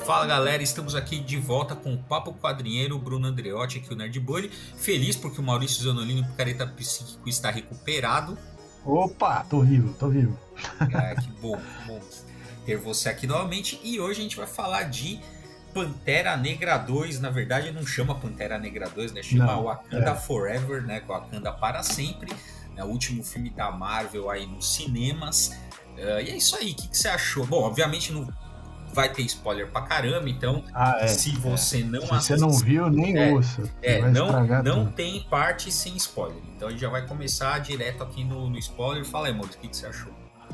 Fala galera, estamos aqui de volta com o Papo Quadrinheiro, Bruno Andreotti aqui, o Nerd Bully. Feliz porque o Maurício Zanolini, Picareta Psíquico, está recuperado. Opa, tô vivo. Que bom ter você aqui novamente. E hoje a gente vai falar de Pantera Negra 2. Na verdade não chama Pantera Negra 2, né? Chama Wakanda Forever, né? Wakanda para sempre, né? O último filme da Marvel aí nos cinemas. E é isso aí, o que você achou? Bom, obviamente não vai ter spoiler pra caramba, então se você não assistiu... Se você não viu, nem ouça. Não tem parte sem spoiler. Então a gente já vai começar direto aqui no spoiler. Fala aí, amor, o que você achou?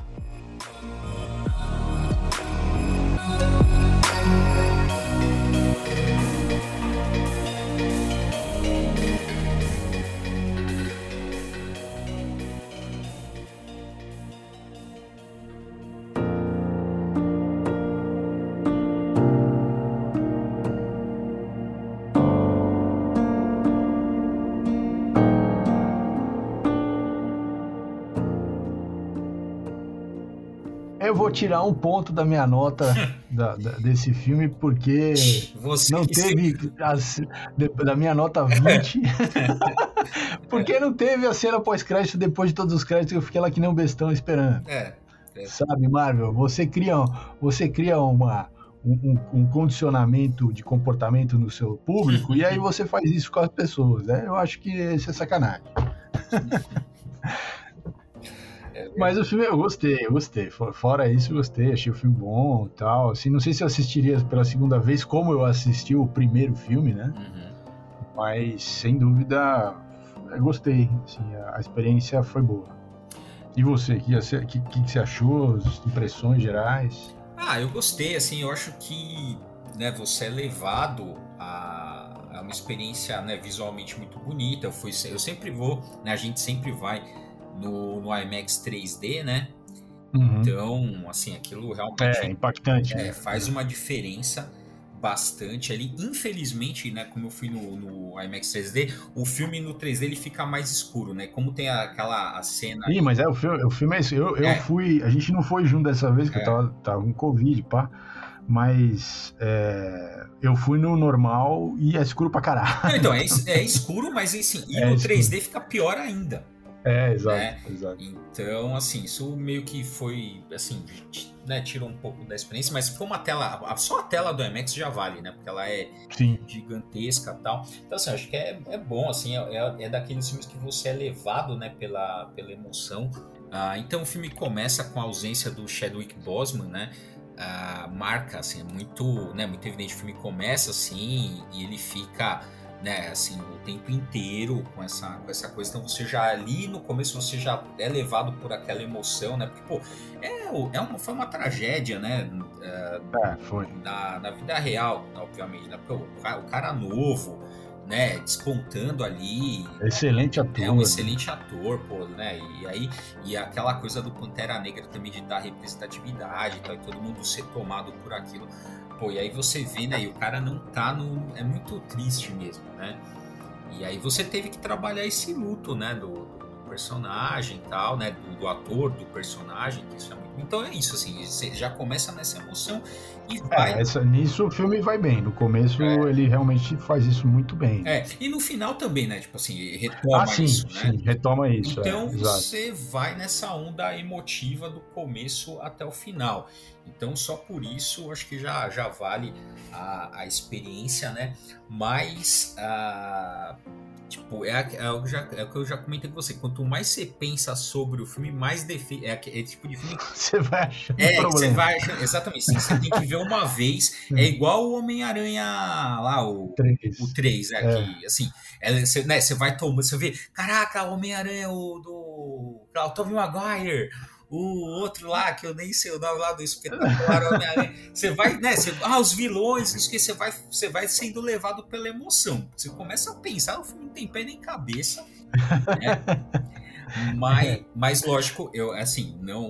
Eu vou tirar um ponto da minha nota desse filme, porque não teve da minha nota 20, porque não teve a cena pós-crédito depois de todos os créditos, eu fiquei lá que nem um bestão esperando. Sabe, Marvel, você cria um condicionamento de comportamento no seu público e aí você faz isso com as pessoas, né? Eu acho que isso é sacanagem. Mas o filme eu gostei. Fora isso, eu gostei, achei o filme bom e tal. Assim, não sei se eu assistiria pela segunda vez como eu assisti o primeiro filme, né? Mas, sem dúvida, eu gostei. Assim, a experiência foi boa. E você, o que você achou? As impressões gerais? Eu gostei, assim, eu acho que, né, você é levado a uma experiência, né, visualmente muito bonita. Eu sempre vou, né, a gente sempre vai no IMAX 3D, né? Então, assim, aquilo realmente é impactante. Faz uma diferença bastante ali. Infelizmente, né, como eu fui no IMAX 3D, o filme no 3D ele fica mais escuro, né? Como tem a cena... Sim, mas o filme é isso. Eu fui... A gente não foi junto dessa vez, que eu tava com Covid, pá. Mas eu fui no normal e é escuro pra caralho. Então, é escuro, mas assim, no 3D fica pior ainda. Exato, né? Exato. Então, assim, isso meio que foi, assim, né, tirou um pouco da experiência, mas foi uma tela, só a tela do IMAX já vale, né? Porque ela é gigantesca e tal. Então, assim, acho que é bom, assim, é daqueles filmes que você é levado, né, pela emoção. Então, o filme começa com a ausência do Chadwick Boseman, né? Marca, assim, é muito evidente. O filme começa assim e ele fica, né, assim, o tempo inteiro com essa coisa. Então você já ali no começo você já é levado por aquela emoção, né? Porque, pô, foi uma tragédia, né? Foi. Na vida real, obviamente, né? Porque o cara novo, né, despontando ali. Excelente ator. É um excelente ator, pô, né? E aquela coisa do Pantera Negra também de dar representatividade e tal, e todo mundo ser tomado por aquilo. Pô, e aí você vê, né, e o cara não tá é muito triste mesmo, né? E aí você teve que trabalhar esse luto, né, do personagem e tal, né, do ator, do personagem, que isso é muito... Então é isso, assim, você já começa nessa emoção e vai... Nisso o filme vai bem, no começo ele realmente faz isso muito bem. E no final também, né, tipo assim, retoma isso, né? Sim, retoma isso. Então você vai nessa onda emotiva do começo até o final. Então só por isso acho que já vale a experiência, né? Mas tipo, o que eu já comentei com você. Quanto mais você pensa sobre o filme, mais tipo de filme você vai achando problema. Você vai achando, exatamente. Sim, você tem que ver uma vez. É igual o Homem-Aranha lá, o 3, que assim, você vai tomando, você vê, caraca, o Homem-Aranha o Tobey Maguire, o outro lá, que eu nem sei o nome lá do espetacular Homem-Aranha. Você vai, né? Os vilões, isso que você vai sendo levado pela emoção. Você começa a pensar, o filme não tem pé nem cabeça, né? Mas lógico, eu acho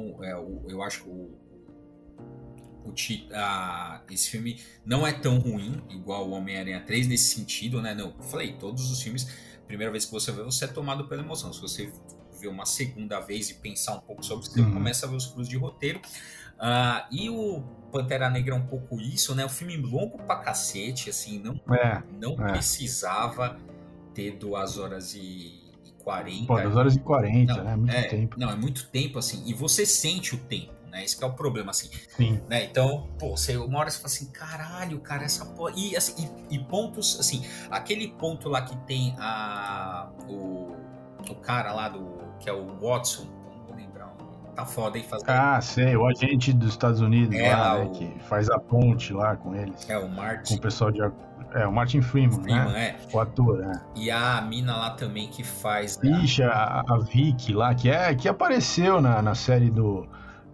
que esse filme não é tão ruim igual o Homem-Aranha 3 nesse sentido, né? Não, eu falei, todos os filmes, primeira vez que você vê, você é tomado pela emoção. Se você ver uma segunda vez e pensar um pouco sobre isso, começa a ver os furos de roteiro. E o Pantera Negra é um pouco isso, né? Um filme longo pra cacete, assim, não precisava ter 2 horas e 40. Pô, 2 horas e 40, né? Muito tempo. Não, é muito tempo, assim, e você sente o tempo, né? Esse que é o problema, assim. Sim. Né? Então, pô, uma hora você fala assim, caralho, cara, essa porra... E, assim, e pontos, assim, aquele ponto lá que tem o cara lá que é o Watson, não vou lembrar, tá foda aí fazer... Sei, o agente dos Estados Unidos lá, né, que faz a ponte lá com eles. O Martin. Com o pessoal o Martin Freeman, né? O ator, né? E a mina lá também que faz... Ixi, a Vicky lá, que apareceu na série do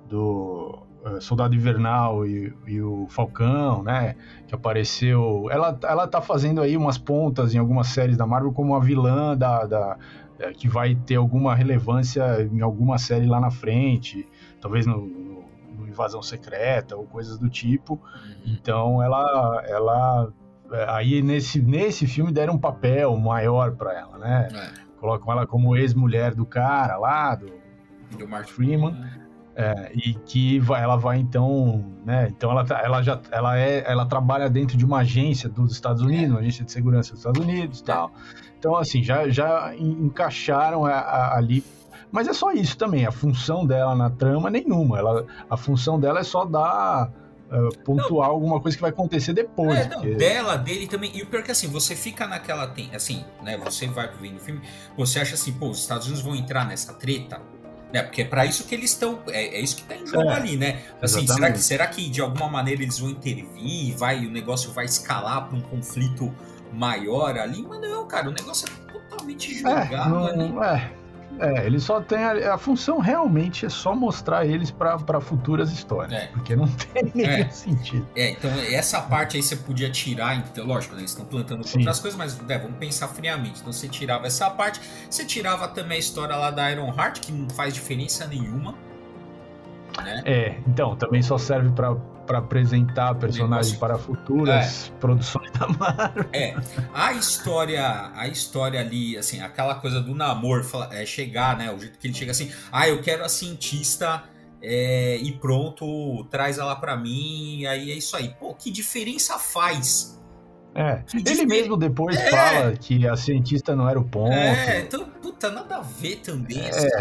Soldado Invernal e o Falcão, né? Que apareceu... Ela tá fazendo aí umas pontas em algumas séries da Marvel como a vilã que vai ter alguma relevância em alguma série lá na frente, talvez no Invasão Secreta ou coisas do tipo. Então ela aí nesse filme deram um papel maior para ela, né? Colocam ela como ex-mulher do cara lá, do Martin Freeman. E que ela vai então, né? Então ela trabalha dentro de uma agência dos Estados Unidos, uma agência de segurança dos Estados Unidos, tal. Então assim já encaixaram ali, mas é só isso também. A função dela na trama nenhuma. A função dela é só dar pontuar alguma coisa que vai acontecer depois. Dele também. E o pior é que assim, você fica naquela, assim, né? Você vai vendo o filme, você acha assim, pô, os Estados Unidos vão entrar nessa treta. Né, porque é para isso que eles estão, é isso que tá em jogo ali, né? Assim, será que de alguma maneira eles vão intervir, o negócio vai escalar para um conflito maior ali? Mas não, cara, o negócio é totalmente jogado ali. Eles só têm a função realmente é só mostrar eles para futuras histórias, porque não tem nenhum sentido. Então essa parte aí você podia tirar, então, lógico, né, eles estão plantando outras coisas, mas vamos pensar friamente. Então você tirava essa parte, você tirava também a história lá da Ironheart, que não faz diferença nenhuma. Né? Então, também só serve para apresentar personagens para futuras produções da Marvel. A história ali, assim, aquela coisa do Namor chegar, né? O jeito que ele chega assim, eu quero a cientista e pronto, traz ela para mim, aí é isso aí. Pô, que diferença faz? Ele mesmo depois fala que a cientista não era o ponto. Então, puta, nada a ver também.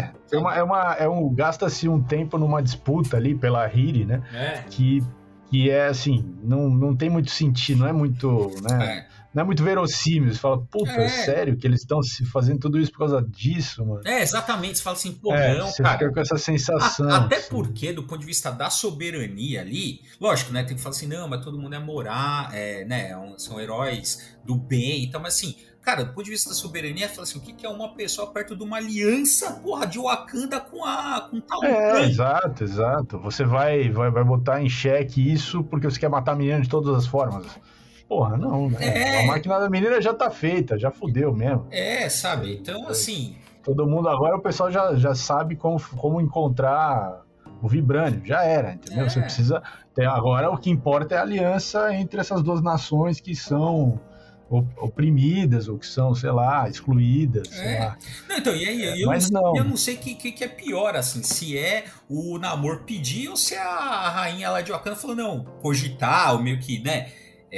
Gasta-se um tempo numa disputa ali pela Riri, né? Que é assim, não tem muito sentido, não é muito, né? Não é muito verossímil. Você fala, puta, sério que eles estão se fazendo tudo isso por causa disso, mano? Exatamente. Você fala assim, pô, não, você cara. Fica com essa sensação. Até assim. porque, do ponto de vista da soberania ali, lógico, né? Tem que falar assim, não, mas todo mundo é moral, né? São heróis do bem e tal, mas assim, cara, do ponto de vista da soberania, fala assim, o que é uma pessoa perto de uma aliança, porra, de Wakanda com tal... Exato. Você vai botar em xeque isso porque você quer matar a menina de todas as formas. Porra, não, né? A máquina da menina já tá feita, já fudeu mesmo. Sabe? Então, assim... Todo mundo agora, o pessoal já sabe como encontrar o Vibranium. Já era, entendeu? Você precisa... Agora, o que importa é a aliança entre essas duas nações que são oprimidas ou que são, sei lá, excluídas, sei lá. Não, então, eu não sei o que é pior, assim, se é o Namor pedir ou se a rainha lá de Wakanda falou, não, cogitar, ou meio que, né...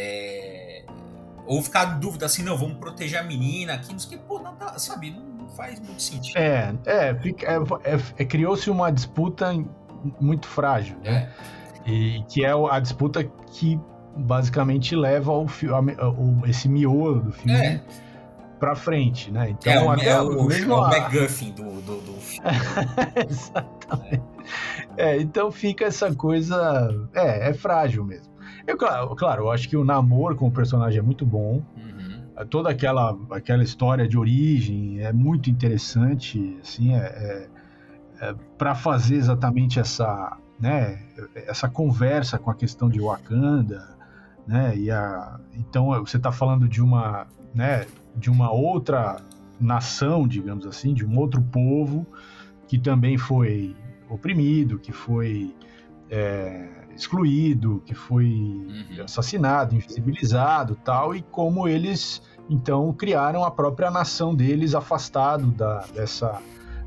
ou ficar em dúvida assim, não, vamos proteger a menina aqui, não sei o que, pô, não dá, sabe, não faz muito sentido. Criou-se uma disputa muito frágil, né? E que é a disputa que basicamente leva esse miolo do filme pra frente, né? Então, o MacGuffin do filme. Exatamente. Então fica essa coisa, é frágil mesmo. Claro, eu acho que o Namor como personagem é muito bom. Toda aquela história de origem é muito interessante, assim, para fazer exatamente essa, né, essa conversa com a questão de Wakanda, né? Então você está falando de uma outra nação, digamos assim, de um outro povo que também foi oprimido, que foi excluído, que foi assassinado, invisibilizado, tal, e como eles então criaram a própria nação deles afastado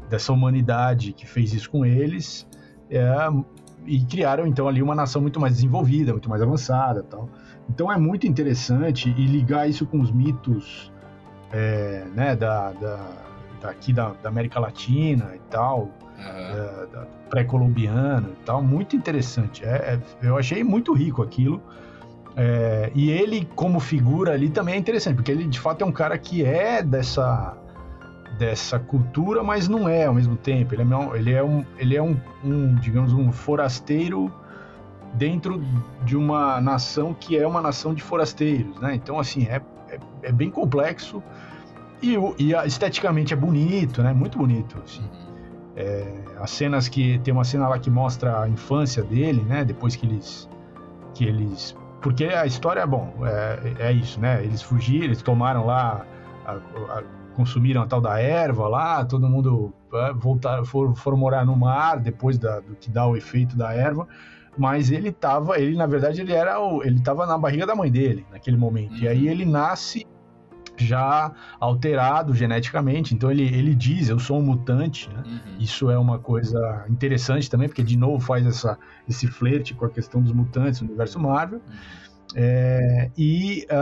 dessa humanidade que fez isso com eles, e criaram então ali uma nação muito mais desenvolvida, muito mais avançada, tal. Então é muito interessante, e ligar isso com os mitos, né, daqui da América Latina e tal, da pré-colombiana e tal, muito interessante. Eu achei muito rico aquilo. E ele, como figura ali, também é interessante, porque ele de fato é um cara que é dessa cultura, mas não é ao mesmo tempo. Ele é um, digamos, um forasteiro dentro de uma nação que é uma nação de forasteiros, né? Então, assim, é bem complexo e esteticamente é bonito, né? Muito bonito, assim. As cenas tem uma cena lá que mostra a infância dele, né? Depois que eles porque a história, é isso, né? Eles fugiram, eles tomaram lá, consumiram a tal da erva lá, todo mundo foram morar no mar depois do que dá o efeito da erva, mas ele na verdade, ele estava na barriga da mãe dele naquele momento, e aí ele nasce já alterado geneticamente, então ele diz, eu sou um mutante, né? Isso é uma coisa interessante também, porque de novo faz esse flerte com a questão dos mutantes no universo Marvel. E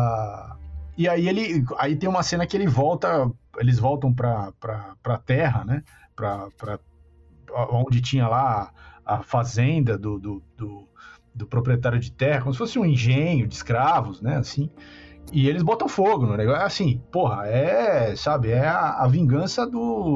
aí tem uma cena que eles voltam pra Terra, né? Pra onde tinha lá a fazenda do proprietário de terra, como se fosse um engenho de escravos, né? Assim. E eles botam fogo no negócio. Assim, porra, sabe, a vingança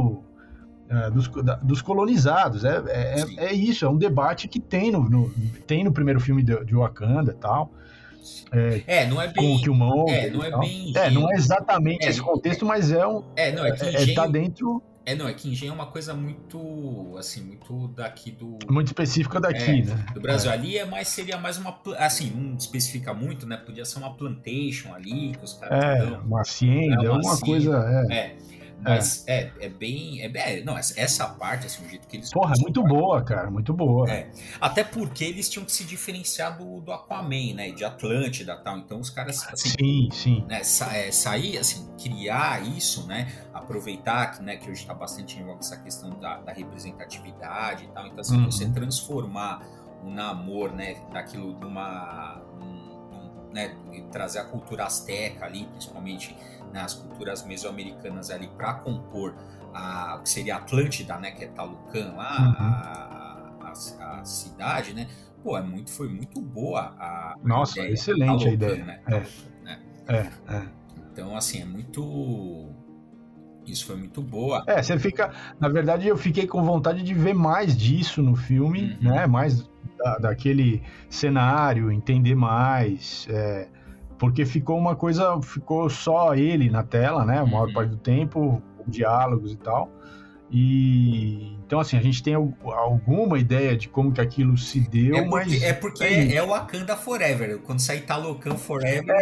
dos colonizados. É isso, é um debate que tem no primeiro filme de Wakanda e tal. Não é bem. Com o Killmonger. Não é bem. Não é exatamente esse contexto, mas tá dentro. É que engenho é uma coisa muito, assim, muito daqui do... Muito específica daqui, né? Do Brasil. Ali seria mais uma... Assim, não especifica muito, né? Podia ser uma plantation ali, que os caras... uma hacienda, coisa... Mas é bem... Não, essa parte, assim, o jeito que eles... Porra, é muito boa, cara, muito boa. Até porque eles tinham que se diferenciar do Aquaman, né? De Atlântida e tal. Então os caras, assim... Sim. Né, sair, assim, criar isso, né? Aproveitar que, né, que hoje está bastante em voga essa questão da representatividade e tal. Então, assim, você transformar o Namor, né? Daquilo numa... né, e trazer a cultura asteca ali, principalmente, né, as culturas mesoamericanas ali para compor o que seria Atlântida, né, que é Talocan lá, a cidade, né? Pô, foi muito boa a Nossa, ideia. excelente Talocan, a ideia. né? Então, assim, isso foi muito boa. Você fica... Na verdade, eu fiquei com vontade de ver mais disso no filme, né? Mais daquele cenário, entender mais, porque ficou só ele na tela, né? A maior parte do tempo, diálogos e tal. E então, assim, a gente tem alguma ideia de como que aquilo se deu, mas... porque é o Wakanda Forever. Quando sair Talocan Forever,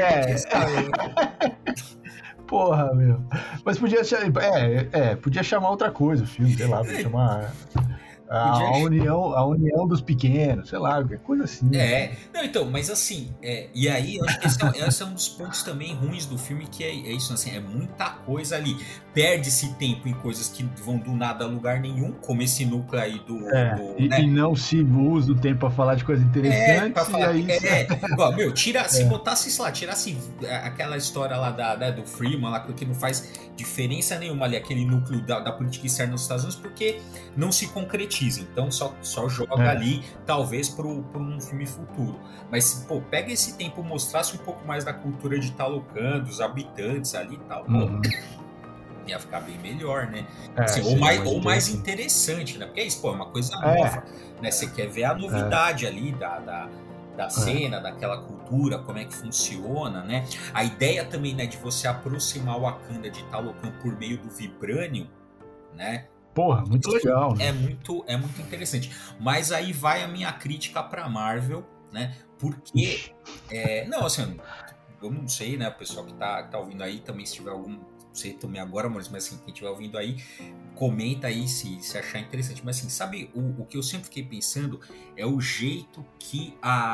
Porra, meu. Mas podia chamar outra coisa o filme, sei lá, podia chamar... A união dos pequenos, sei lá, qualquer coisa assim. Não, então, mas assim, e aí eu acho que esse é um dos pontos também ruins do filme, que é isso, assim, é muita coisa ali. Perde-se tempo em coisas que vão do nada a lugar nenhum, como esse núcleo aí e não se usa o tempo pra falar de coisas interessantes, igual, meu, se botasse, sei lá, tirasse aquela história lá do Freeman, lá, que não faz diferença nenhuma ali, aquele núcleo da política externa dos Estados Unidos, porque não se concretiza. Então só joga ali, talvez para um filme futuro. Mas, pô, pega esse tempo, mostrasse um pouco mais da cultura de Talocan, dos habitantes ali e tal, ia ficar bem melhor, né? Assim, ou mais interessante, né? Porque é isso, pô, é uma coisa nova, né? Você quer ver a novidade ali da cena, daquela cultura, como é que funciona, né? A ideia também, né, de você aproximar o Wakanda de Talocan por meio do Vibranium, né? Porra, muito legal, né? É muito interessante. Mas aí vai a minha crítica pra Marvel, né? Porque... não, assim, eu não sei, né? O pessoal que tá ouvindo aí também, se tiver algum... Não sei também agora, mas assim, quem estiver ouvindo aí, comenta aí se achar interessante. Mas assim, sabe, o que eu sempre fiquei pensando é o jeito que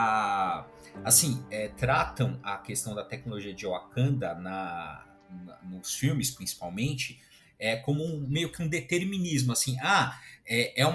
tratam a questão da tecnologia de Wakanda nos filmes, principalmente, como meio que um determinismo, assim, é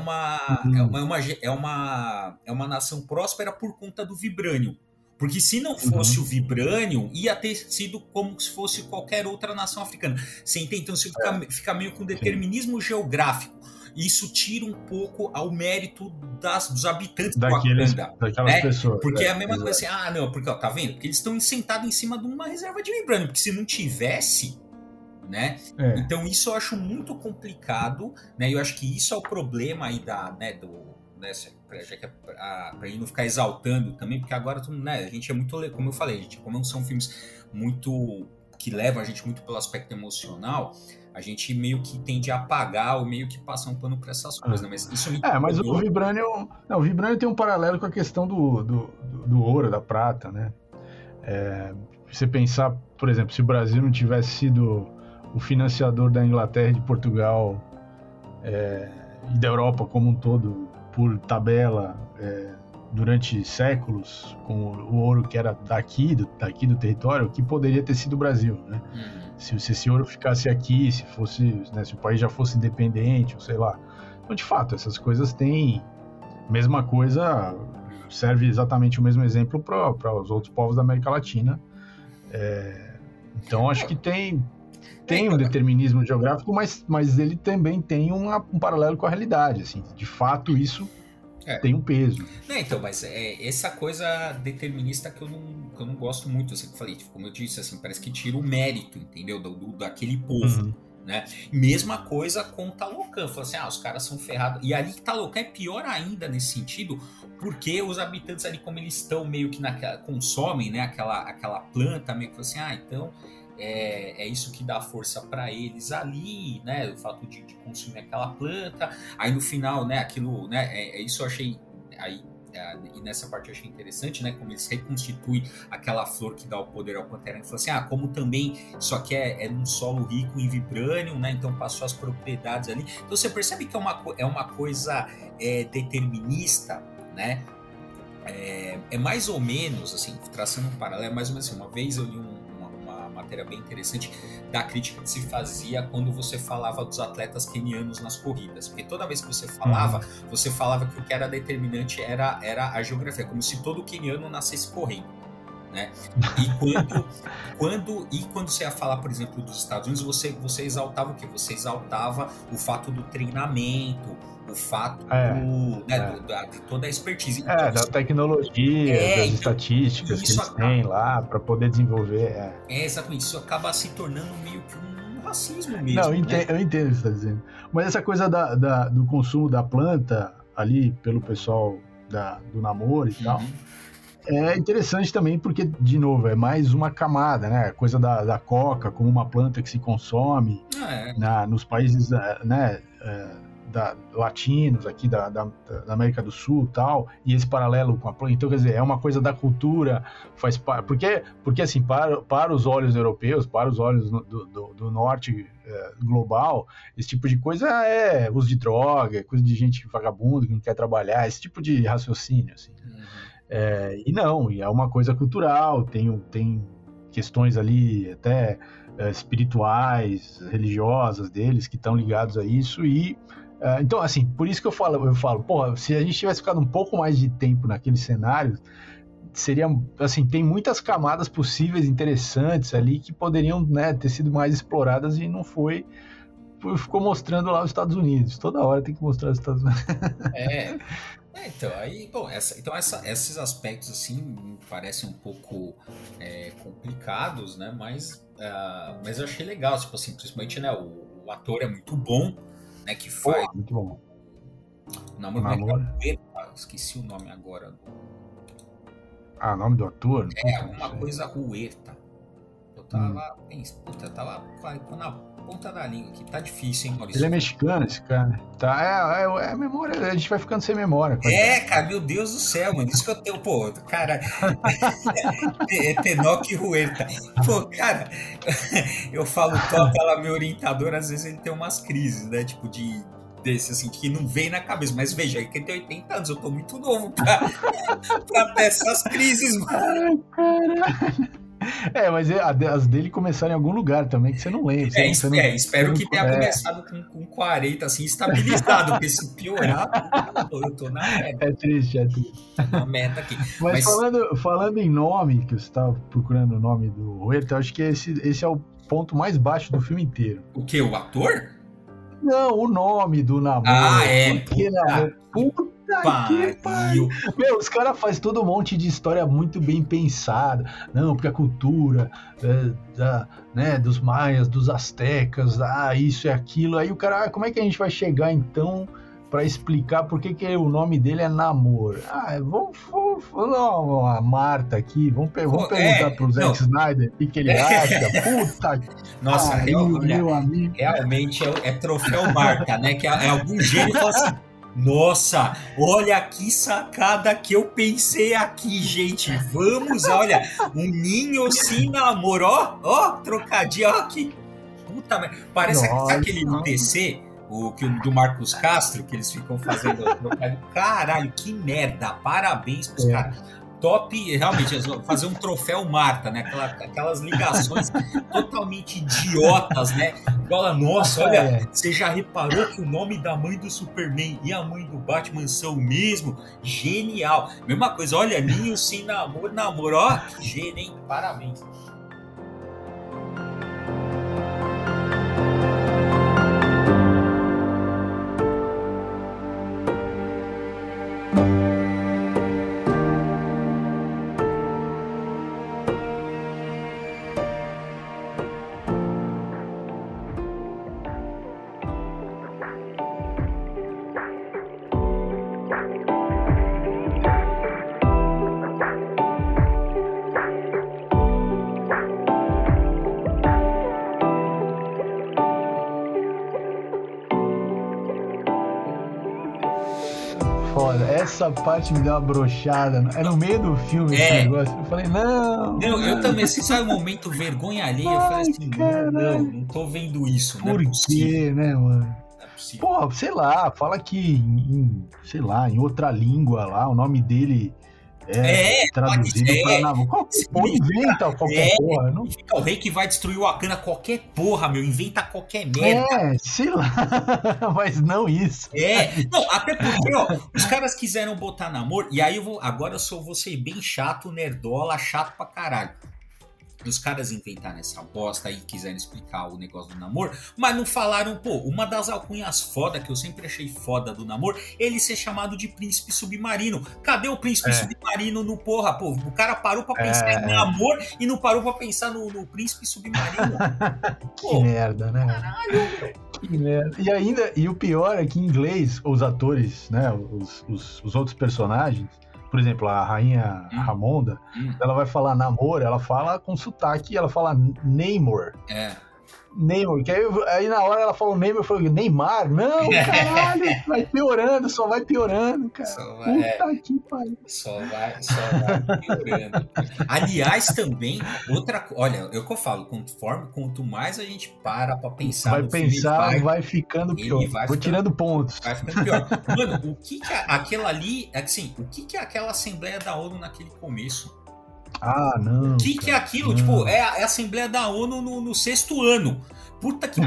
uma nação próspera por conta do vibranium. Porque se não fosse o vibranium, ia ter sido como se fosse qualquer outra nação africana. Você entende? Então você fica meio com determinismo geográfico. Isso tira um pouco ao mérito dos habitantes do Wakanda. Daquelas pessoas. Porque é a mesma coisa assim, não, porque, tá vendo? Porque eles estão sentados em cima de uma reserva de vibranium. Porque se não tivesse, né? Então isso eu acho muito complicado, né? Eu acho que isso é o problema aí pra gente não ficar exaltando também, porque agora, né, a gente é muito, como eu falei, como são filmes muito que levam a gente muito pelo aspecto emocional, a gente meio que tende a apagar ou meio que passar um pano para essas coisas, né? Mas isso mas o Vibranium tem um paralelo com a questão do ouro, da prata, né? Você pensar, por exemplo, se o Brasil não tivesse sido o financiador da Inglaterra, de Portugal e da Europa como um todo, por tabela, durante séculos, com o ouro que era daqui do território, que poderia ter sido o Brasil, né? Se esse ouro ficasse aqui, se fosse, né, se o país já fosse independente, ou sei lá. Então, de fato, essas coisas têm... Mesma coisa, serve exatamente o mesmo exemplo para os outros povos da América Latina. Então, acho que tem um determinismo geográfico, mas ele também tem um paralelo com a realidade, assim. De fato, isso tem um peso. Então, mas essa coisa determinista que eu não gosto muito, assim, que eu falei, como eu disse, assim, parece que tira o mérito, entendeu, daquele povo, né? Mesma coisa com Talocan, fala assim, os caras são ferrados, e ali Talocan é pior ainda nesse sentido, porque os habitantes ali, como eles estão meio que consomem, né, aquela planta, meio que assim, então é isso que dá força para eles ali, né, o fato de consumir aquela planta, aí no final, né, aquilo, né, isso eu achei, aí, e nessa parte eu achei interessante, né, como eles reconstituem aquela flor que dá o poder ao Pantera, e falam assim, como também isso aqui é num solo rico em vibranium, né, então passou as propriedades ali, então você percebe que é uma coisa determinista, né, é mais ou menos, assim, traçando um paralelo, mais ou menos assim, uma vez eu li uma matéria bem interessante da crítica que se fazia quando você falava dos atletas quenianos nas corridas, porque toda vez que você falava que o que era determinante era a geografia, como se todo queniano nascesse correndo, né? E quando você ia falar, por exemplo, dos Estados Unidos, você exaltava o quê? Você exaltava o fato do treinamento, o fato de toda a expertise. Então, da tecnologia, das estatísticas que eles têm lá para poder desenvolver. Exatamente. Isso acaba se tornando meio que um racismo mesmo. Não, eu entendo o que você está dizendo. Mas essa coisa do consumo da planta ali pelo pessoal do namoro e tal, é interessante também porque, de novo, é mais uma camada, né? A coisa da coca como uma planta que se consome nos países, né? Latinos aqui da América do Sul e tal, e esse paralelo com a planta. Então, quer dizer, é uma coisa da cultura, faz parte, porque assim, para os olhos europeus, para os olhos do norte global, esse tipo de coisa é uso de droga, é coisa de gente vagabunda que não quer trabalhar, esse tipo de raciocínio, assim. E é uma coisa cultural, tem questões ali até espirituais, religiosas deles que estão ligados a isso então, assim, por isso que eu falo, porra, se a gente tivesse ficado um pouco mais de tempo naquele cenário, seria, assim, tem muitas camadas possíveis, interessantes ali, que poderiam, né, ter sido mais exploradas e não foi, ficou mostrando lá os Estados Unidos, toda hora tem que mostrar os Estados Unidos. Então, aí, bom, esses aspectos, assim, me parecem um pouco complicados, né, mas eu achei legal, tipo assim, principalmente, né, o ator é muito bom, né, que faz... muito bom. O namoro. Esqueci o nome agora. O nome do ator? Alguma coisa Huerta. Eu tava na ponta da língua aqui. Tá difícil, hein, Maurício? Ele é mexicano, esse cara. É memória, a gente vai ficando sem memória. Cara, meu Deus do céu, mano. Isso que eu tenho, cara. Tenoch Huerta. Cara, eu falo top, ela me orientadora, às vezes ele tem umas crises, né? Tipo, desse, assim, que não vem na cabeça. Mas veja, ele tem 80 anos, eu tô muito novo pra ter essas crises, mano. Ai, caralho. Mas as dele começaram em algum lugar também, que você não lembra. Espero que tenha começado com 40, assim, estabilizado, porque se piorar, eu tô na merda. É triste. Tô na merda aqui. Mas falando em nome, que você estava procurando o nome do Huerta, eu acho que esse é o ponto mais baixo do filme inteiro. O quê? O ator? Não, o nome do Namor. Puta que pariu. Meu, os caras fazem todo um monte de história muito bem pensada. Não, porque a cultura dos maias, dos astecas, isso e aquilo. Aí o cara, como é que a gente vai chegar então pra explicar por que o nome dele é Namor? Vamos a Marta aqui, vamos perguntar pro Zack Snyder o que ele acha. Puta que nossa, meu amigo. Realmente é troféu Marta, né? Que é algum gênio que fala assim: nossa, olha que sacada que eu pensei aqui, gente. Vamos, olha, um ninho sem namoro, ó, trocadinho, ó, que puta merda. Parece aquele UTC, do Marcos Castro, que eles ficam fazendo trocadinho. Caralho, que merda, parabéns pros caras. Top, realmente, fazer um troféu Marta, né? Aquelas ligações totalmente idiotas, né? Igual nossa, olha, você já reparou que o nome da mãe do Superman e a mãe do Batman são o mesmo? Genial. Mesma coisa, olha, ninho sem namoro, ó, que gênio, hein? Parabéns. Essa parte me deu uma broxada. É no meio do filme esse negócio. Eu falei, não. Eu também, assim, sabe o momento vergonha alheia? Eu falei assim, não tô vendo isso. Por quê, né, mano? Não é possível. Pô, sei lá, fala que em outra língua lá, o nome dele traduzido pra Namor. Inventa qualquer porra. Não fica o rei que vai destruir o Wakanda, qualquer porra, meu. Inventa qualquer merda. Sei lá. Mas não isso. Não, até porque, ó, os caras quiseram botar Namor, e aí agora eu vou ser bem chato, nerdola, chato pra caralho. Os caras inventaram essa bosta aí, quiseram explicar o negócio do Namor, mas não falaram, uma das alcunhas foda, que eu sempre achei foda do Namor, ele ser chamado de Príncipe Submarino. Cadê o Príncipe Submarino no porra? O cara parou pra pensar em Namor e não parou pra pensar no Príncipe Submarino. Que merda, né? Caralho, meu. Que merda. E o pior é que em inglês, os atores, né, os outros personagens, por exemplo, a rainha Ramonda, ela vai falar Namor, ela fala com sotaque, ela fala Namor. Namor, que aí na hora ela falou Namor, eu falei, Neymar? Não, caralho, vai piorando, só vai piorando, cara. Puta que pariu. Só vai piorando. Aliás, também, olha, é o que eu falo, quanto mais a gente para pra pensar no filme, vai ficando pior. Vou tirando pontos. Vai ficando pior. Mano, o que é aquela ali, assim, o que é aquela Assembleia da ONU naquele começo? Não. O que é aquilo? Não. Tipo, é a Assembleia da ONU no 6º ano. Puta que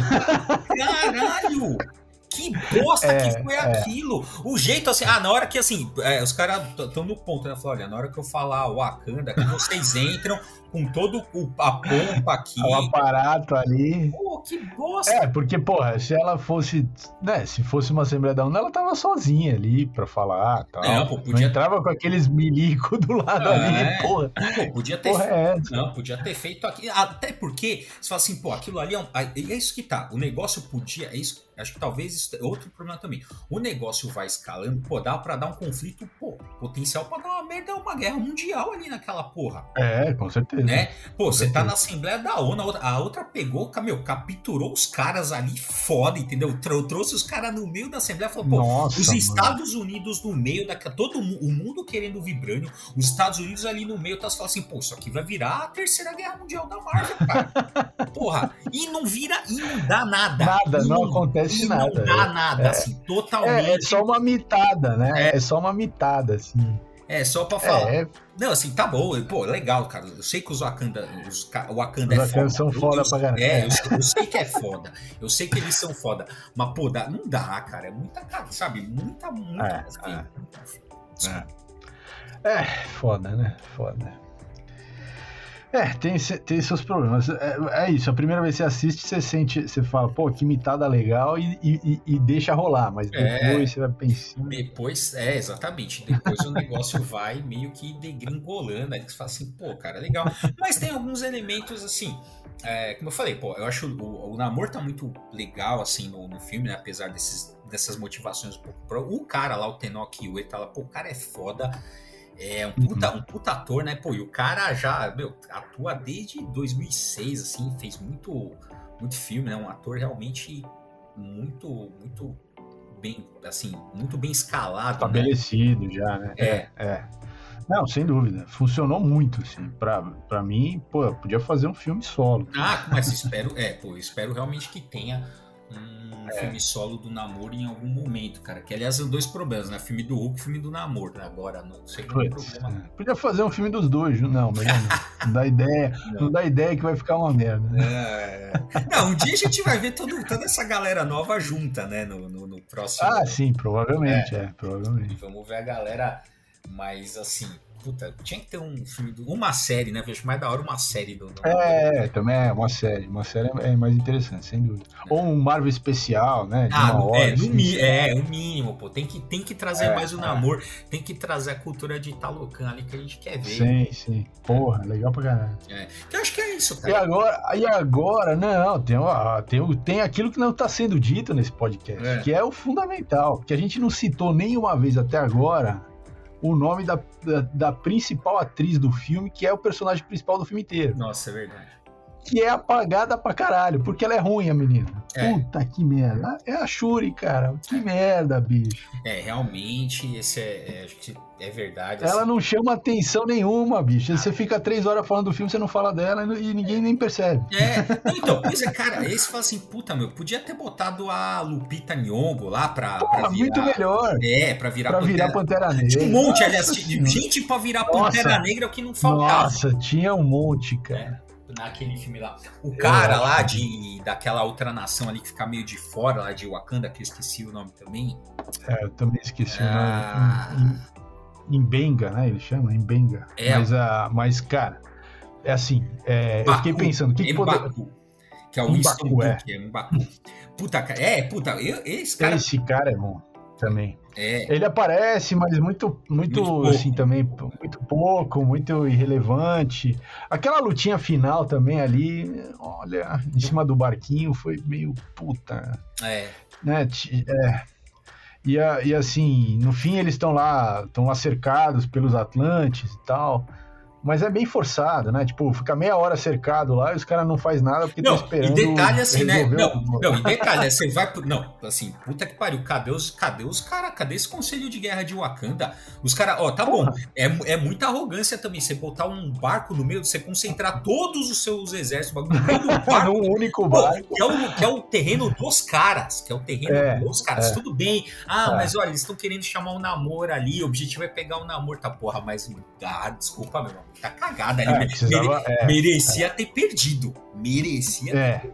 caralho! Que bosta que foi aquilo! O jeito assim, na hora que assim, os caras estão no ponto, né? Falaram, olha, na hora que eu falar Wakanda, que vocês entram com todo a pompa aqui. O aparato ali. Pô, que bosta! Porque, porra, se ela fosse, né, se fosse uma Assembleia da ONU, ela tava sozinha ali pra falar, tal. Não entrava com aqueles milico do lado ali, porra. Podia ter podia ter feito aqui, até porque, você fala assim, aquilo ali é isso que tá, o negócio podia, é isso. Acho que talvez isso é outro problema também. O negócio vai escalando, dá pra dar um conflito, potencial pra dar uma merda, uma guerra mundial ali naquela porra. Com certeza. Né? Você tá na Assembleia da ONU, a outra pegou, capturou os caras ali foda, entendeu? Trouxe os caras no meio da Assembleia e falou, os Estados Unidos no meio, todo o mundo querendo vibrânio, os Estados Unidos ali no meio, falando assim, isso aqui vai virar a Terceira Guerra Mundial da Marvel, cara. Porra, e não vira, e não dá nada. Não acontece nada. Não dá nada, assim, totalmente. É só uma mitada, né? É só uma mitada, assim. Só pra falar. Não, assim, tá bom. Pô, legal, cara. Eu sei que os Wakanda é foda. São foda pra caralho. Eu sei que é foda. Eu sei que eles são foda. Mas, pô, não dá, cara. É muita, cara, sabe? Muita. Foda, né? Foda. Tem seus problemas. É isso, a primeira vez que você assiste, você fala, pô, que mitada legal e deixa rolar, mas depois você vai pensando. Depois, exatamente. Depois o negócio vai meio que degringolando. Aí você fala assim, pô, cara, legal. Mas tem alguns elementos assim. Como eu falei, pô, eu acho o Namor tá muito legal assim no filme, né? Apesar dessas motivações um pouco. O cara lá, o Tenoch Huerta, tá lá, pô, o cara é foda. É um puta ator, né? Pô, e o cara já, atua desde 2006, assim, fez muito filme, né? Um ator realmente muito bem, assim, muito bem escalado. Estabelecido, né? Já, né? Não, sem dúvida. Funcionou muito, assim. Pra mim, pô, podia fazer um filme solo. Mas espero realmente que tenha um filme solo do Namor em algum momento, cara. Que, aliás, são dois problemas, né? Filme do Hulk e filme do Namor, né? Agora, não sei qual é o problema. Podia fazer um filme dos dois, não, mas não dá ideia. Não dá ideia que vai ficar uma merda. Não, um dia a gente vai ver toda essa galera nova junta, né? No próximo. Sim, provavelmente, provavelmente. Vamos ver a galera, mas assim... Puta, tinha que ter um filme, uma série, né? Vejo mais da hora uma série do... Também é uma série. Uma série é mais interessante, sem dúvida. Ou um Marvel especial, né? De uma hora, o mínimo, pô. Tem que trazer mais o Namor, tem que trazer a cultura de Talocan ali que a gente quer ver. Sim. Porra, legal pra caralho. Eu acho que é isso, cara. E agora não, tem aquilo que não tá sendo dito nesse podcast, que é o fundamental, que a gente não citou nenhuma vez até agora o nome da principal atriz do filme, que é o personagem principal do filme inteiro. Nossa, é verdade. Que é apagada pra caralho, porque ela é ruim, a menina. Puta, que merda. É a Shuri, cara. Que merda, bicho. Realmente, acho que é verdade. Ela assim. Não chama atenção nenhuma, bicho. Você fica 3 horas falando do filme, você não fala dela e ninguém nem percebe. Então, cara, aí você fala assim, puta, podia ter botado a Lupita Nyong'o lá pra virar... muito melhor. Pra virar Pantera Negra. Tinha um monte, aliás, gente pra virar Pantera Negra é o que não faltava. Nossa, tinha um monte, cara. Naquele filme lá. O cara lá daquela outra nação ali que fica meio de fora, lá de Wakanda, que eu esqueci o nome também. Eu também esqueci o nome. Mbenga, né? Ele chama Mbenga. Mas, cara, é assim. Eu fiquei pensando, o que poderia. Que é o Winston Mbaku. Puta, cara. Esse cara. Esse cara é bom também. Ele aparece, mas muito assim, também, muito pouco, muito irrelevante. Aquela lutinha final também ali, olha, em cima do barquinho, foi meio puta. Né? E assim, no fim eles estão lá cercados pelos Atlantes e tal. Mas é bem forçado, né? Tipo, fica meia hora cercado lá e os caras não fazem nada porque estão esperando. E detalhe assim, né? E detalhe, você vai. Não, assim, puta que pariu. Cadê os caras? Cadê esse conselho de guerra de Wakanda? Os caras, tá bom. É muita arrogância também. Você botar um barco no meio, você concentrar todos os seus exércitos no meio do barco. Num único barco. Que é o terreno dos caras. Tudo bem. Mas olha, eles estão querendo chamar o Namor ali. O objetivo é pegar o Namor, tá porra, mas. Desculpa, meu irmão. Tá cagada ali. Merecia ter perdido. Merecia ter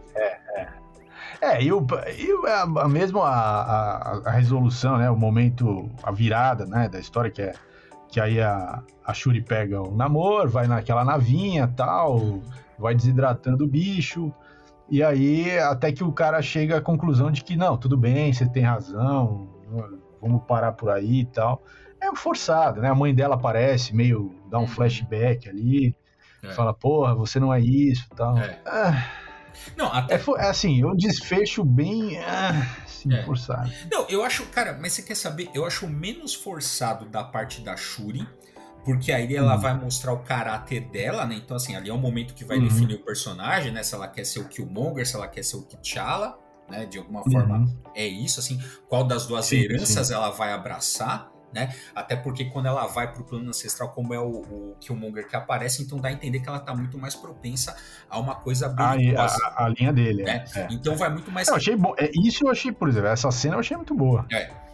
perdido. E mesmo a resolução, né? O momento, a virada, né? Da história que aí a Shuri pega o Namor, vai naquela navinha tal, vai desidratando o bicho. E aí até que o cara chega à conclusão de que não, tudo bem, você tem razão, vamos parar por aí e tal. É forçado, né? A mãe dela aparece, meio dá um flashback ali, fala, porra, você não é isso e tal. Não, até... é assim, um desfecho bem forçado. Não, eu acho, cara, mas você quer saber? Eu acho menos forçado da parte da Shuri, porque aí ela vai mostrar o caráter dela, né? Então, assim, ali é um momento que vai definir o personagem, né? Se ela quer ser o Killmonger, se ela quer ser o T'Challa, né? De alguma forma é isso, assim. Qual das duas heranças ela vai abraçar? Né? Até porque quando ela vai pro plano ancestral, como é o Killmonger que aparece, então dá a entender que ela tá muito mais propensa a uma coisa belicosa. A linha dele, né? Então vai muito mais... Eu achei bom. Isso eu achei, por exemplo, essa cena eu achei muito boa.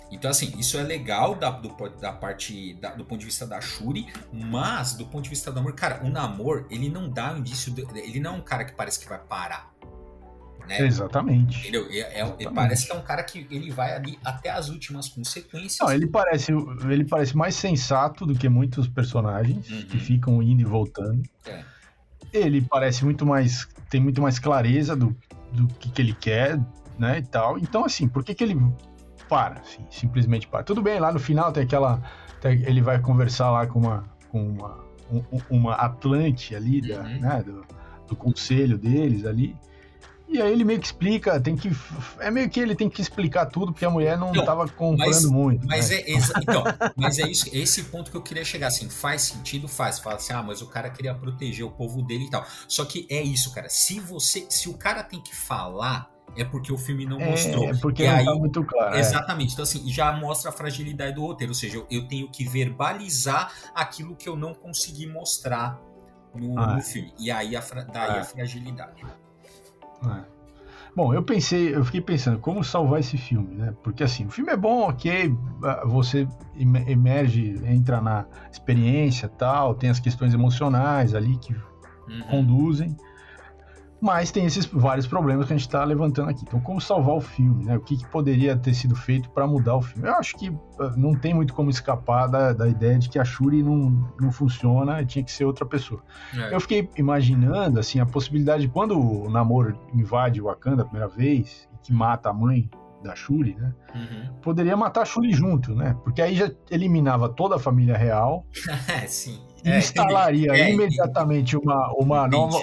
Então, assim, isso é legal do ponto de vista da Shuri, mas do ponto de vista do Namor, cara, o Namor, ele não dá um indício, ele não é um cara que parece que vai parar. Né? Exatamente. Entendeu? Exatamente. Parece que é um cara que ele vai ali até as últimas consequências. Não, ele parece mais sensato do que muitos personagens que ficam indo e voltando. Ele parece tem muito mais clareza do que ele quer, né, e tal. Então, assim, por que ele para, assim, simplesmente para? Tudo bem, lá no final tem ele vai conversar lá com uma Atlante ali, né, do conselho deles ali. E aí ele meio que explica, é meio que ele tem que explicar tudo, porque a mulher não estava comprando muito. Mas né? Mas é isso, esse ponto que eu queria chegar, assim, faz sentido? Faz. Fala assim, mas o cara queria proteger o povo dele e tal. Só que é isso, cara, se o cara tem que falar, é porque o filme não mostrou. É porque não tá muito claro. Exatamente, então assim, já mostra a fragilidade do roteiro, ou seja, eu tenho que verbalizar aquilo que eu não consegui mostrar no filme. E aí daí a fragilidade. Bom, eu fiquei pensando como salvar esse filme, né? Porque assim, o filme é bom, ok, você emerge, entra na experiência, tal, tem as questões emocionais ali que conduzem, mas tem esses vários problemas que a gente está levantando aqui. Então, como salvar o filme, né? O que poderia ter sido feito para mudar o filme? Eu acho que não tem muito como escapar da ideia de que a Shuri não funciona e tinha que ser outra pessoa. Eu fiquei imaginando, assim, a possibilidade de quando o Namor invade o Wakanda a primeira vez e que mata a mãe da Shuri, né? Poderia matar a Shuri junto, né? Porque aí já eliminava toda a família real Sim. E instalaria imediatamente uma nova...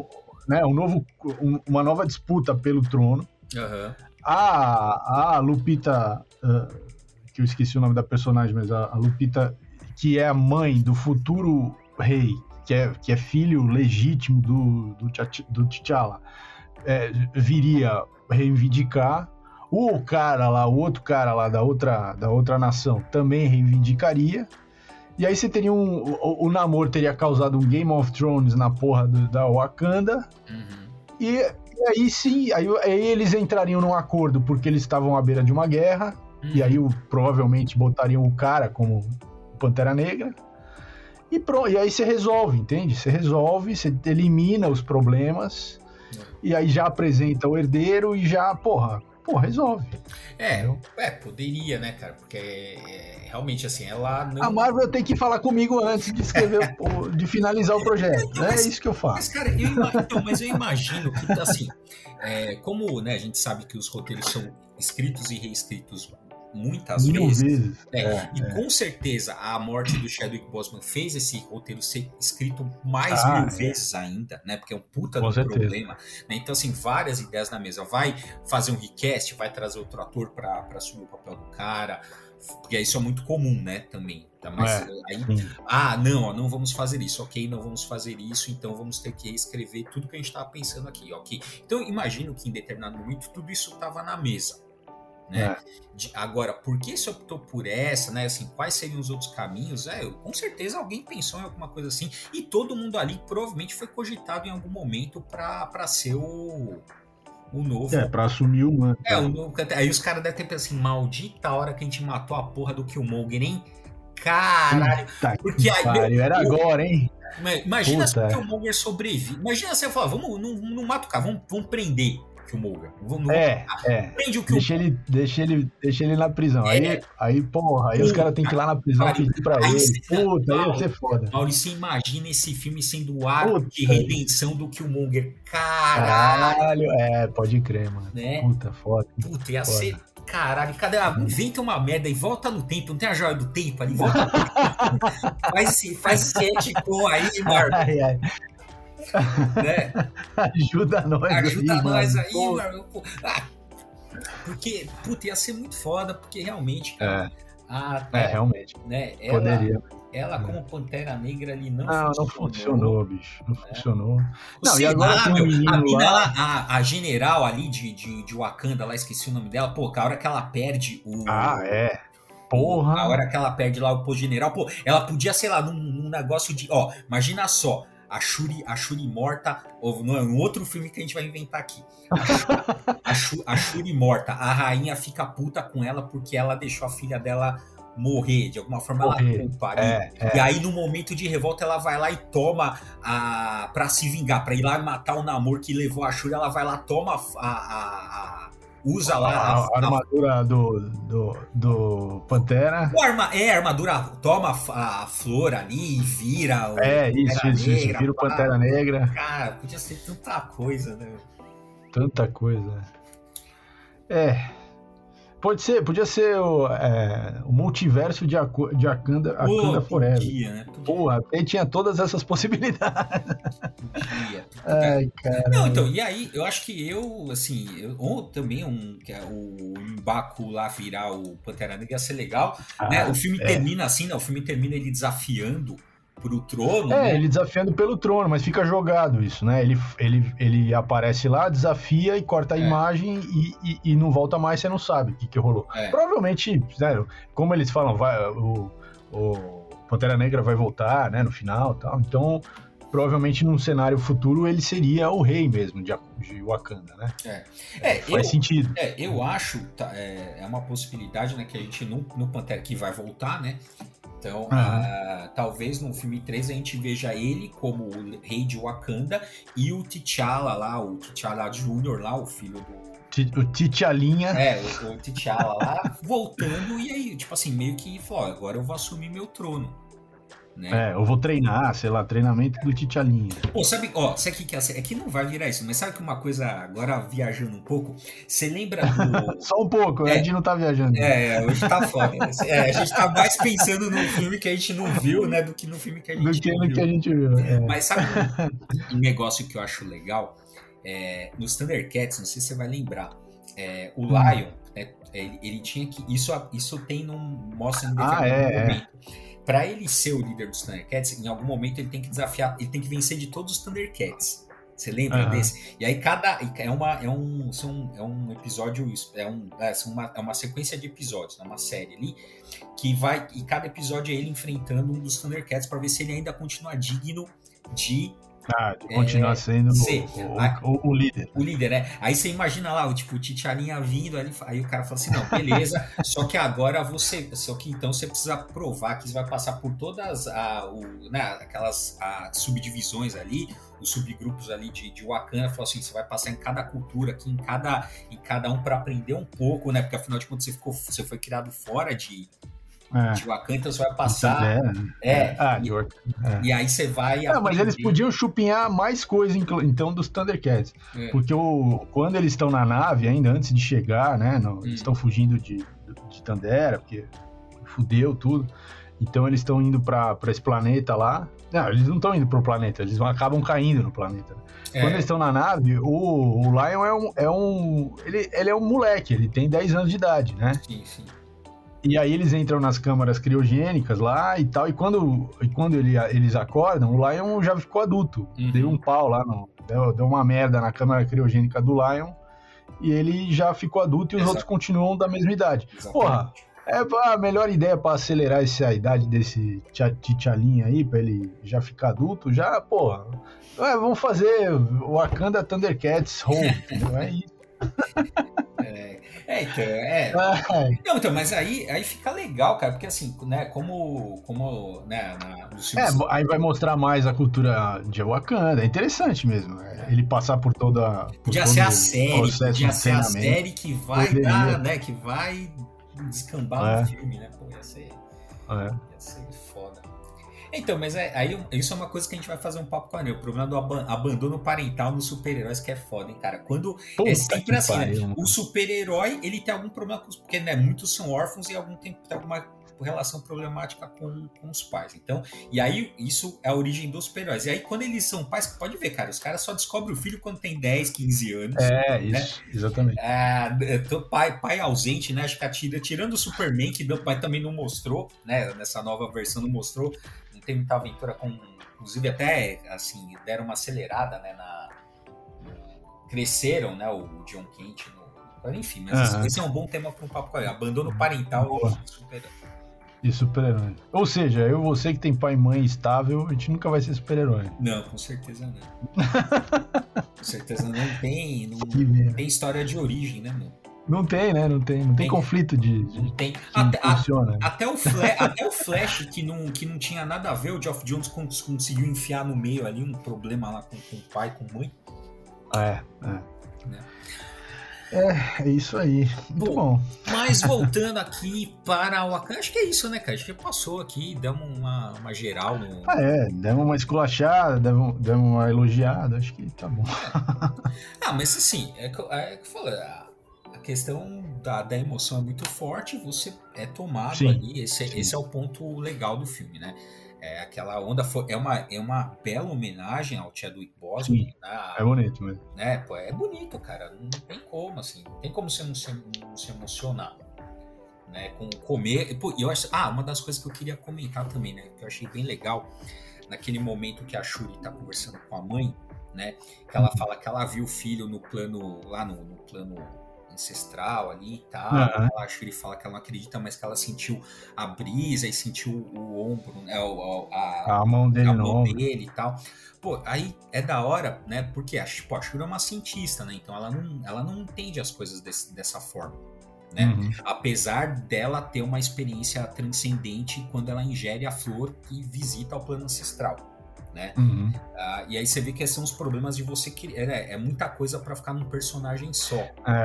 uma nova disputa pelo trono. A Lupita, que eu esqueci o nome da personagem, mas a Lupita, que é a mãe do futuro rei, que é filho legítimo do T'Challa, viria reivindicar. O outro cara lá da outra nação também reivindicaria. E aí você teria o Namor teria causado um Game of Thrones na porra da Wakanda. E aí sim, aí eles entrariam num acordo porque eles estavam à beira de uma guerra. E aí provavelmente botariam o cara como Pantera Negra. E aí você resolve, entende? Você elimina os problemas. E aí já apresenta o herdeiro e já, resolve. Poderia, né, cara? Porque realmente, assim, ela não... A Marvel tem que falar comigo antes de escrever, de finalizar o projeto. É isso que eu faço. Mas, cara, eu imagino que, assim, como, né, a gente sabe que os roteiros são escritos e reescritos muitas vezes. Com certeza a morte do Chadwick Boseman fez esse roteiro ser escrito mais mil vezes ainda, né? Porque é um puta do problema. Né? Então, assim, várias ideias na mesa. Vai fazer um recast, vai trazer outro ator pra assumir o papel do cara. Porque isso é muito comum, né? Também. Mas não vamos fazer isso. Ok, não vamos fazer isso, então vamos ter que reescrever tudo que a gente estava pensando aqui, ok? Então, imagino que em determinado momento tudo isso estava na mesa. Né? Agora, por que se optou por essa, né? Assim, quais seriam os outros caminhos? Com certeza alguém pensou em alguma coisa assim, e todo mundo ali provavelmente foi cogitado em algum momento para ser o novo. Pra assumir o manto. O novo. Aí os caras devem ter pensado assim, maldita hora que a gente matou a porra do Killmonger, hein? Caralho. Porque aí era agora, hein? Imagina se o Killmonger sobrevive. Imagina se eu falar, não mata o cara, vamos prender Killmonger. Prende o Killmonger. Deixa ele na prisão. Aí os caras têm que ir lá na prisão pedir pra ele. Ia ser foda. Maurício, imagina esse filme sendo o arco de redenção do Killmonger. Caralho. Pode crer, mano. Né? Foda. Ia ser... Caralho, cadê? Inventa uma merda e volta no tempo. Não tem a joia do tempo ali? Volta no tempo. Faz esse retcon aí, Marvel. Né? Ajuda nós aí, mano. Porque, ia ser muito foda, porque realmente, cara, realmente. Né, poderia. Ela como Pantera Negra ali não funcionou, bicho. Não funcionou. E agora tem um menino lá, a general ali de Wakanda, lá, esqueci o nome dela. A hora que ela perde o... Porra! A hora que ela perde lá o posto general, ela podia, sei lá, num negócio de... imagina só, a Shuri morta, ou não é um outro filme que a gente vai inventar aqui. A Shuri morta, a rainha fica puta com ela porque ela deixou a filha dela morrer, de alguma forma ela culpa ali. E aí no momento de revolta ela vai lá e toma pra se vingar, pra ir lá e matar o Namor que levou a Shuri, ela vai lá, toma usa lá a armadura do Pantera. A armadura toma a flor ali e vira isso, vira o Pantera Negra. Cara, podia ser tanta coisa, né? Tanta coisa. Podia ser o multiverso de Wakanda Forever. Podia, né? Porra, ele tinha todas essas possibilidades. Podia. Ai, cara. Não, então, e aí, eu acho que ou também que é o M'Baku lá virar o Pantera Negra ia ser legal, né? O filme termina assim, né? O filme termina ele desafiando pro trono. Né? Ele desafiando pelo trono, mas fica jogado isso, né? Ele aparece lá, desafia e corta a imagem e não volta mais, você não sabe o que rolou. Provavelmente, sério, como eles falam, o Pantera Negra vai voltar, né, no final e tal, então provavelmente num cenário futuro ele seria o rei mesmo de Wakanda, né? Faz sentido. Eu acho, é uma possibilidade, né, que a gente no Pantera que vai voltar, né? Então, talvez no filme 3 a gente veja ele como o rei de Wakanda e o T'Challa lá, o T'Challa Jr. lá, o filho do... O T'Chalinha. O T'Challa lá, voltando e aí, tipo assim, meio que falou, agora eu vou assumir meu trono. Né? Eu vou treinar, sei lá, treinamento do T'Chalinha. Pô, sabe o que é que não vai virar isso, mas sabe que uma coisa, agora viajando um pouco, você lembra do... Só um pouco, a gente não tá viajando. Hoje tá foda. A gente tá mais pensando no filme que a gente não viu, né, do que no filme que a gente viu. Que a gente viu. Mas sabe um negócio que eu acho legal? Nos Thundercats, não sei se você vai lembrar, o Lion, ele tinha que... Isso tem mostra em determinado momento. Pra ele ser o líder dos Thundercats, em algum momento ele tem que desafiar, ele tem que vencer de todos os Thundercats. Você lembra desse? E aí é um episódio, é uma sequência de episódios, é uma série ali, e cada episódio é ele enfrentando um dos Thundercats pra ver se ele ainda continua digno de continuar sendo o líder. O líder, né? Aí você imagina lá, o T'Chalinha vindo, aí o cara fala assim, não, beleza, só que agora então você precisa provar que você vai passar por todas aquelas subdivisões ali, os subgrupos ali de Wakanda, falou assim, você vai passar em cada cultura aqui, em cada um para aprender um pouco, né? Porque afinal de contas você foi criado fora de Wakanda, então você vai passar. E aí você vai. Mas eles podiam chupinhar mais coisa, então, dos Thundercats. Porque quando eles estão na nave, ainda antes de chegar, né? Eles estão fugindo de Tandera, porque fudeu tudo. Então eles estão indo pra esse planeta lá. Não, eles não estão indo pro planeta, eles acabam caindo no planeta. Quando eles estão na nave, o Lion ele é um moleque, ele tem 10 anos de idade, né? Sim, sim. E aí eles entram nas câmaras criogênicas lá e tal, e quando eles acordam, o Lion já ficou adulto. Deu um pau lá, deu uma merda na câmara criogênica do Lion, e ele já ficou adulto e os outros continuam da mesma idade. Exatamente. Porra, a melhor ideia pra acelerar a idade desse T'Chalinha aí, pra ele já ficar adulto, porra, vamos fazer o Wakanda Thundercats Home, entendeu? É isso. Então, mas aí fica legal, cara, porque assim, né, como né, aí vai mostrar mais a cultura de Wakanda, é interessante mesmo, ele passar por toda... Podia ser a série que vai dar, né, que vai descambar no filme, né, pô, ia ser foda. Então, mas isso é uma coisa que a gente vai fazer um papo com a Neu. O problema do abandono parental nos super-heróis que é foda, hein, cara. Quando é sempre assim, né? O super-herói, ele tem algum problema com porque, né, muitos são órfãos e algum tempo tem alguma relação problemática com os pais. Então, e aí isso é a origem dos super-heróis. E aí quando eles são pais, pode ver, cara, os caras só descobrem o filho quando tem 10, 15 anos. Isso, exatamente. Pai ausente, né? Acho que tirando o Superman, que meu pai também não mostrou, né? Nessa nova versão não mostrou. Tem muita aventura inclusive até assim deram uma acelerada, né, cresceram, né, o John Kent enfim, mas esse é um bom tema para um papo com ele, abandono parental super. E super-herói. Ou seja, eu e você que tem pai e mãe estável, a gente nunca vai ser super-herói. Não, com certeza não. Com certeza não tem história de origem, né, mano? Não tem, né? Não tem conflito não tem. Até o Flash, que não tinha nada a ver, o Geoff Johns conseguiu enfiar no meio ali um problema lá com o pai, com a mãe. Né? É isso aí. Muito bom. Mas voltando aqui para o Wakanda, acho que é isso, né, cara? Acho que passou aqui, demos uma geral. Demos uma esculachada, demos uma elogiada, acho que tá bom. Mas assim, é que eu falei, a questão da emoção é muito forte, você é tomado ali, esse é o ponto legal do filme, né? Aquela onda é uma bela homenagem ao Chadwick Boseman. É bonito mesmo. É bonito, cara. Não tem como, assim. Não tem como você não se emocionar. Né? Com comer. Eu acho, uma das coisas que eu queria comentar também, né? Que eu achei bem legal, naquele momento que a Shuri tá conversando com a mãe, né? Que ela fala que ela viu o filho no plano. Lá no plano ancestral ali e tal. A Shuri fala que ela não acredita, mas que ela sentiu a brisa e sentiu o ombro, né? A mão dele e tal. Pô, aí é da hora, né? Porque a Shuri é uma cientista, né? Então ela não entende as coisas dessa forma, né? Apesar dela ter uma experiência transcendente quando ela ingere a flor e visita o plano ancestral, né? E aí você vê que são os problemas de você querer. É muita coisa pra ficar num personagem só.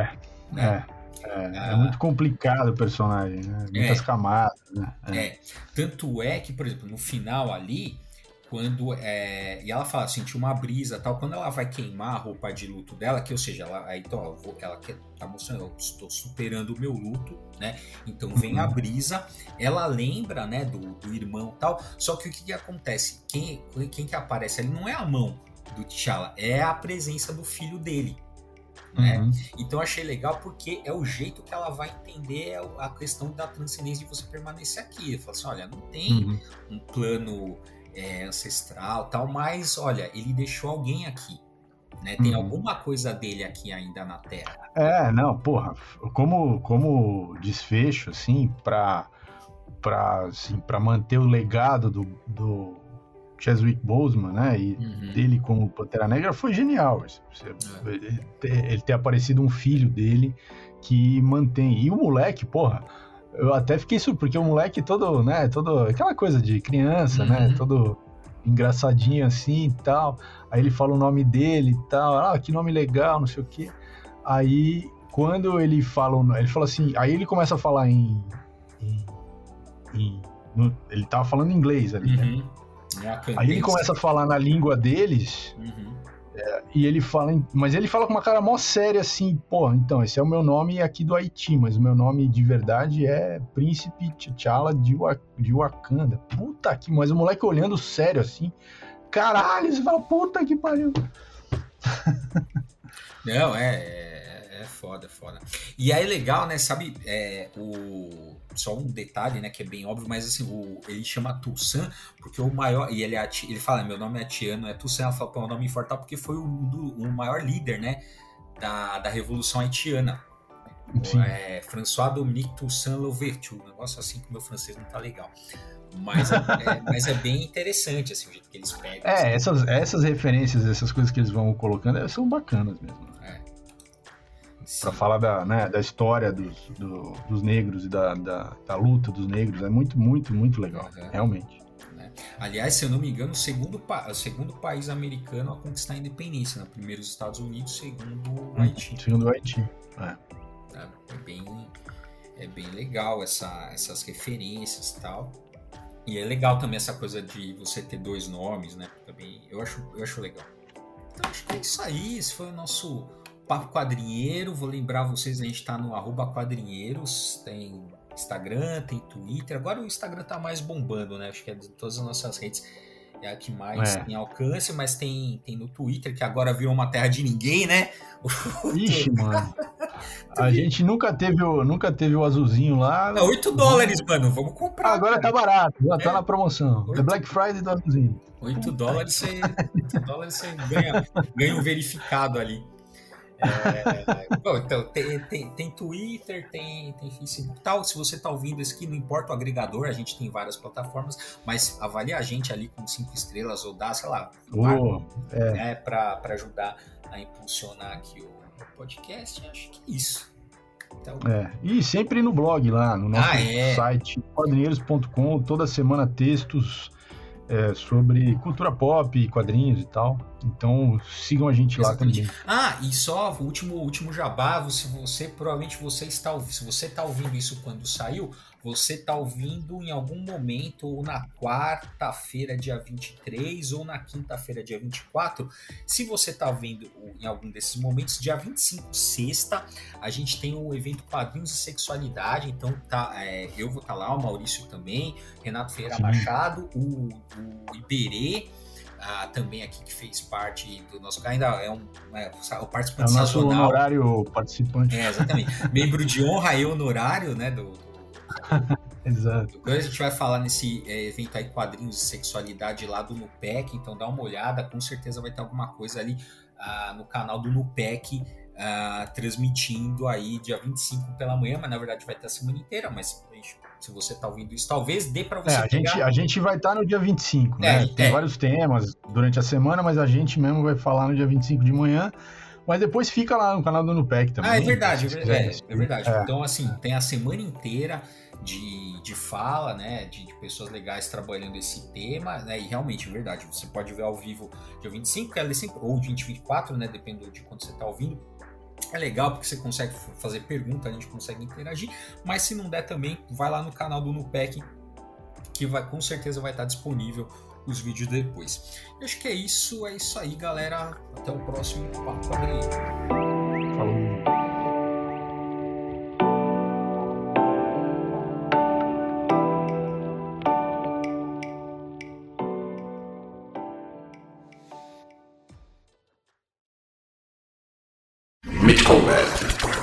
É muito complicado o personagem, né? Muitas camadas, né? Tanto é que, por exemplo, no final ali, quando e ela fala, sentiu uma brisa tal, quando ela vai queimar a roupa de luto dela, que ou seja, ela tá mostrando, eu estou superando o meu luto, né? Então vem a brisa, ela lembra, né, do irmão tal, só que o que acontece? Quem que aparece ali não é a mão do T'Challa, é a presença do filho dele. Né? Então achei legal porque é o jeito que ela vai entender a questão da transcendência de você permanecer aqui. Ele fala assim, olha, não tem um plano ancestral tal, mas olha, ele deixou alguém aqui, né? Tem alguma coisa dele aqui ainda na Terra. Não, porra, como desfecho, assim, pra manter o legado do Chadwick Boseman, né, e dele como Pantera Negra, foi genial. Ele ter aparecido um filho dele que mantém. E o moleque, porra, eu até fiquei surpreso, porque o moleque todo aquela coisa de criança, né, todo engraçadinho assim e tal. Aí ele fala o nome dele e tal, que nome legal, não sei o quê. Aí, quando ele fala assim, aí ele começa a falar ele tava falando inglês ali, né? Aí ele começa a falar na língua deles, e ele fala, mas ele fala com uma cara mó séria assim, porra, então, esse é o meu nome aqui do Haiti, mas o meu nome de verdade é Príncipe T'Challa de Wakanda. Puta que, mas o moleque olhando sério assim, caralho, você fala, puta que pariu. Não, foda. E aí legal, né, sabe, só um detalhe, né, que é bem óbvio, mas assim, ele chama Toussaint, porque o maior, e ele fala, meu nome é haitiano, é Toussaint, ela fala, pô, é um nome forte, porque foi o maior líder, né, da Revolução Haitiana. François Dominique Toussaint Louverture, um negócio assim que o meu francês não tá legal. Mas é bem interessante, assim, o jeito que eles pegam. Assim. Essas referências, essas coisas que eles vão colocando, são bacanas mesmo. Pra falar da história dos negros e da luta dos negros, é muito, muito, muito legal, realmente. Aliás, se eu não me engano, o segundo país americano a conquistar a independência, né? Primeiro os Estados Unidos, segundo o Haiti. Segundo o Haiti, É bem legal essas referências e tal. E é legal também essa coisa de você ter dois nomes, né? Também eu acho legal. Então acho que é isso aí. Esse foi o nosso Papo Quadrinheiro. Vou lembrar vocês, a gente tá no @quadrinheiros, tem Instagram, tem Twitter. Agora o Instagram tá mais bombando, né? Acho que é de todas as nossas redes é a que mais tem alcance, mas tem no Twitter, que agora virou uma terra de ninguém, né? Ixi, mano. A gente nunca teve o azulzinho lá. É $8, mano. Vamos comprar. Agora tá barato, já tá na promoção. É Black Friday do azulzinho. $8 você ganha um verificado ali. Bom, então, tem Twitter, tem Facebook e tal. Se você tá ouvindo isso aqui, não importa o agregador, a gente tem várias plataformas, mas avalie a gente ali com 5 estrelas ou dá, sei lá, para ajudar a impulsionar aqui o podcast. Acho que é isso. Então... E sempre no blog lá, no nosso site, quadrinheiros.com, toda semana textos sobre cultura pop, quadrinhos e tal. Então sigam a gente Exatamente. lá também. E só o último jabá, se você está ouvindo isso quando saiu, você está ouvindo em algum momento, ou na quarta-feira, dia 23, ou na quinta-feira, dia 24. Se você está ouvindo em algum desses momentos, dia 25, sexta, a gente tem o evento Quadrinhos e Sexualidade. Então eu vou estar lá, o Maurício também, Renato Ferreira Machado, o Iberê, também aqui que fez parte do nosso canal, ainda é o participante sazonal. É o nosso honorário participante. Exatamente. Membro de honra e honorário, né, Exato. A gente vai falar nesse evento aí, Quadrinhos e Sexualidade, lá do Nupec, então dá uma olhada, com certeza vai ter alguma coisa ali no canal do Nupec, transmitindo aí dia 25 pela manhã, mas na verdade vai ter a semana inteira, mas se você está ouvindo isso, talvez dê para você a gente vai estar no dia 25, né? Tem vários temas durante a semana, mas a gente mesmo vai falar no dia 25 de manhã, mas depois fica lá no canal do Nupec também. É verdade, é verdade. Então, assim, tem a semana inteira de fala, né, de pessoas legais trabalhando esse tema, né, e realmente, é verdade, você pode ver ao vivo dia 25, ou 24, né, dependendo de quando você está ouvindo. É legal porque você consegue fazer pergunta, a gente consegue interagir, mas se não der também, vai lá no canal do Nupec, que com certeza vai estar disponível os vídeos depois. Eu acho que é isso aí, galera. Até o próximo Papo Quadrinheiro. Falou. Mid-Combat.